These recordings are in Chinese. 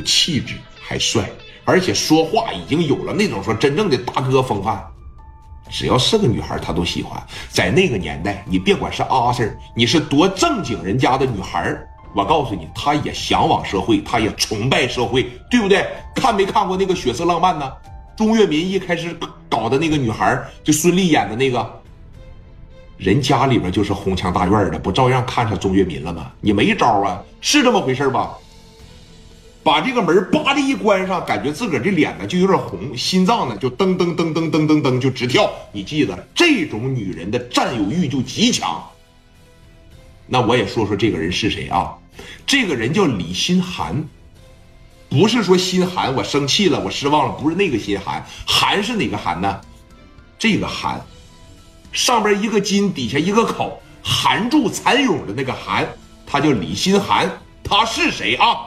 气质，还帅，而且说话已经有了那种说真正的大哥风范。只要是个女孩，她都喜欢。在那个年代，你别管是阿 Sir， 你是多正经人家的女孩，我告诉你，她也向往社会，她也崇拜社会，对不对？看没看过那个《血色浪漫》呢？钟跃民一开始搞的那个女孩，就孙俪演的那个，人家里边就是红墙大院的，不照样看上钟跃民了吗？你没招啊，是这么回事吧？把这个门叭的一关上，感觉自个儿这脸呢就有点红，心脏呢就噔噔噔噔噔噔噔就直跳。你记得，这种女人的占有欲就极强。那我也说说这个人是谁啊？这个人叫李心寒，不是说心寒我生气了我失望了，不是那个心寒，寒是哪个寒呢？这个寒，上边一个金，底下一个口，寒住蚕蛹的那个寒，他叫李心寒。他是谁啊？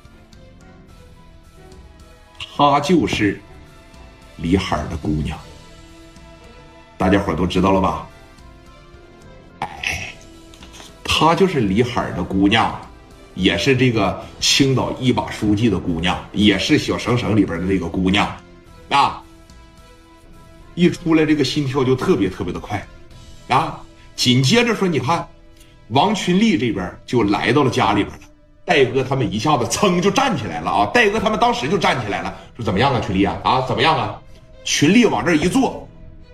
她就是李海的姑娘，大家伙都知道了吧？哎，她就是李海的姑娘，也是这个青岛一把书记的姑娘，也是小省省里边的那个姑娘啊。一出来这个心跳就特别的快啊。紧接着说，你看王群力这边就来到了家里边了。戴哥他们一下子噌就站起来了啊！戴哥他们当时就站起来了，说怎么样啊，群力啊，啊怎么样啊？群力往这一坐，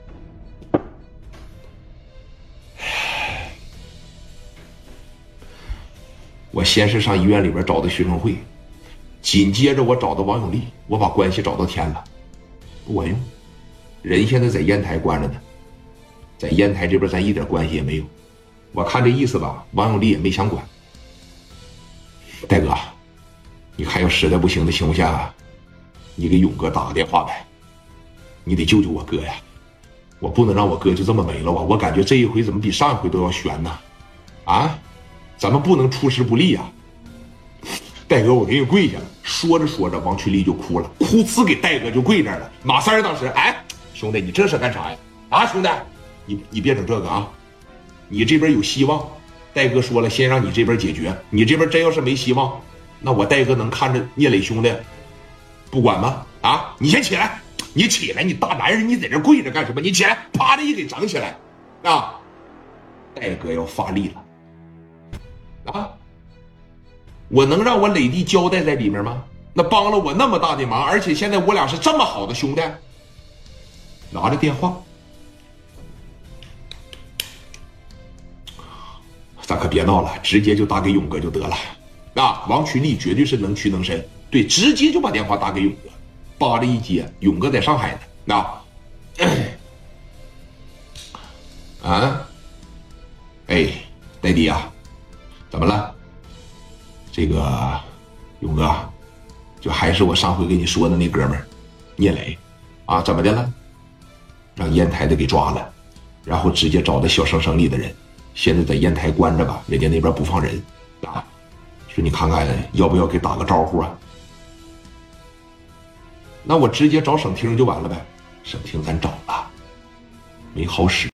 我先是上医院里边找的学生会，紧接着我找的王永利，我把关系找到天了，不管用，人现在在烟台关着呢，在烟台这边咱一点关系也没有，我看这意思吧，王永利也没想管。戴哥，你看要实在不行的情况下，你给勇哥打个电话呗，你得救救我哥呀，我不能让我哥就这么没了啊！我感觉这一回怎么比上一回都要悬呢？啊，咱们不能出师不利啊！戴哥，我给你跪下了。说着说着，王群力就哭了，哭呲给戴哥就跪这儿了。马三当时，哎，兄弟，你这是干啥呀？啊，兄弟，你别整这个啊！你这边有希望。戴哥说了，先让你这边解决，你这边真要是没希望，那我戴哥能看着聂磊兄弟不管吗？啊，你先起来，你起来，你大男人，你在这跪着干什么？你起来，啪的一给整起来，啊！戴哥要发力了，啊！我能让我磊弟交代在里面吗？那帮了我那么大的忙，而且现在我俩是这么好的兄弟，拿着电话。咱可别闹了，直接就打给勇哥就得了。啊，王群力绝对是能屈能伸，对，直接就把电话打给勇哥，扒着一接，勇哥在上海呢。啊，哎，戴弟啊，怎么了？这个勇哥，就还是我上回跟你说的那哥们儿聂磊啊，怎么的了？让烟台的给抓了，然后直接找的小省省里的人。现在在烟台关着吧，人家那边不放人啊，说你看看要不要给打个招呼啊？那我直接找省厅就完了呗，省厅咱找了，没好使。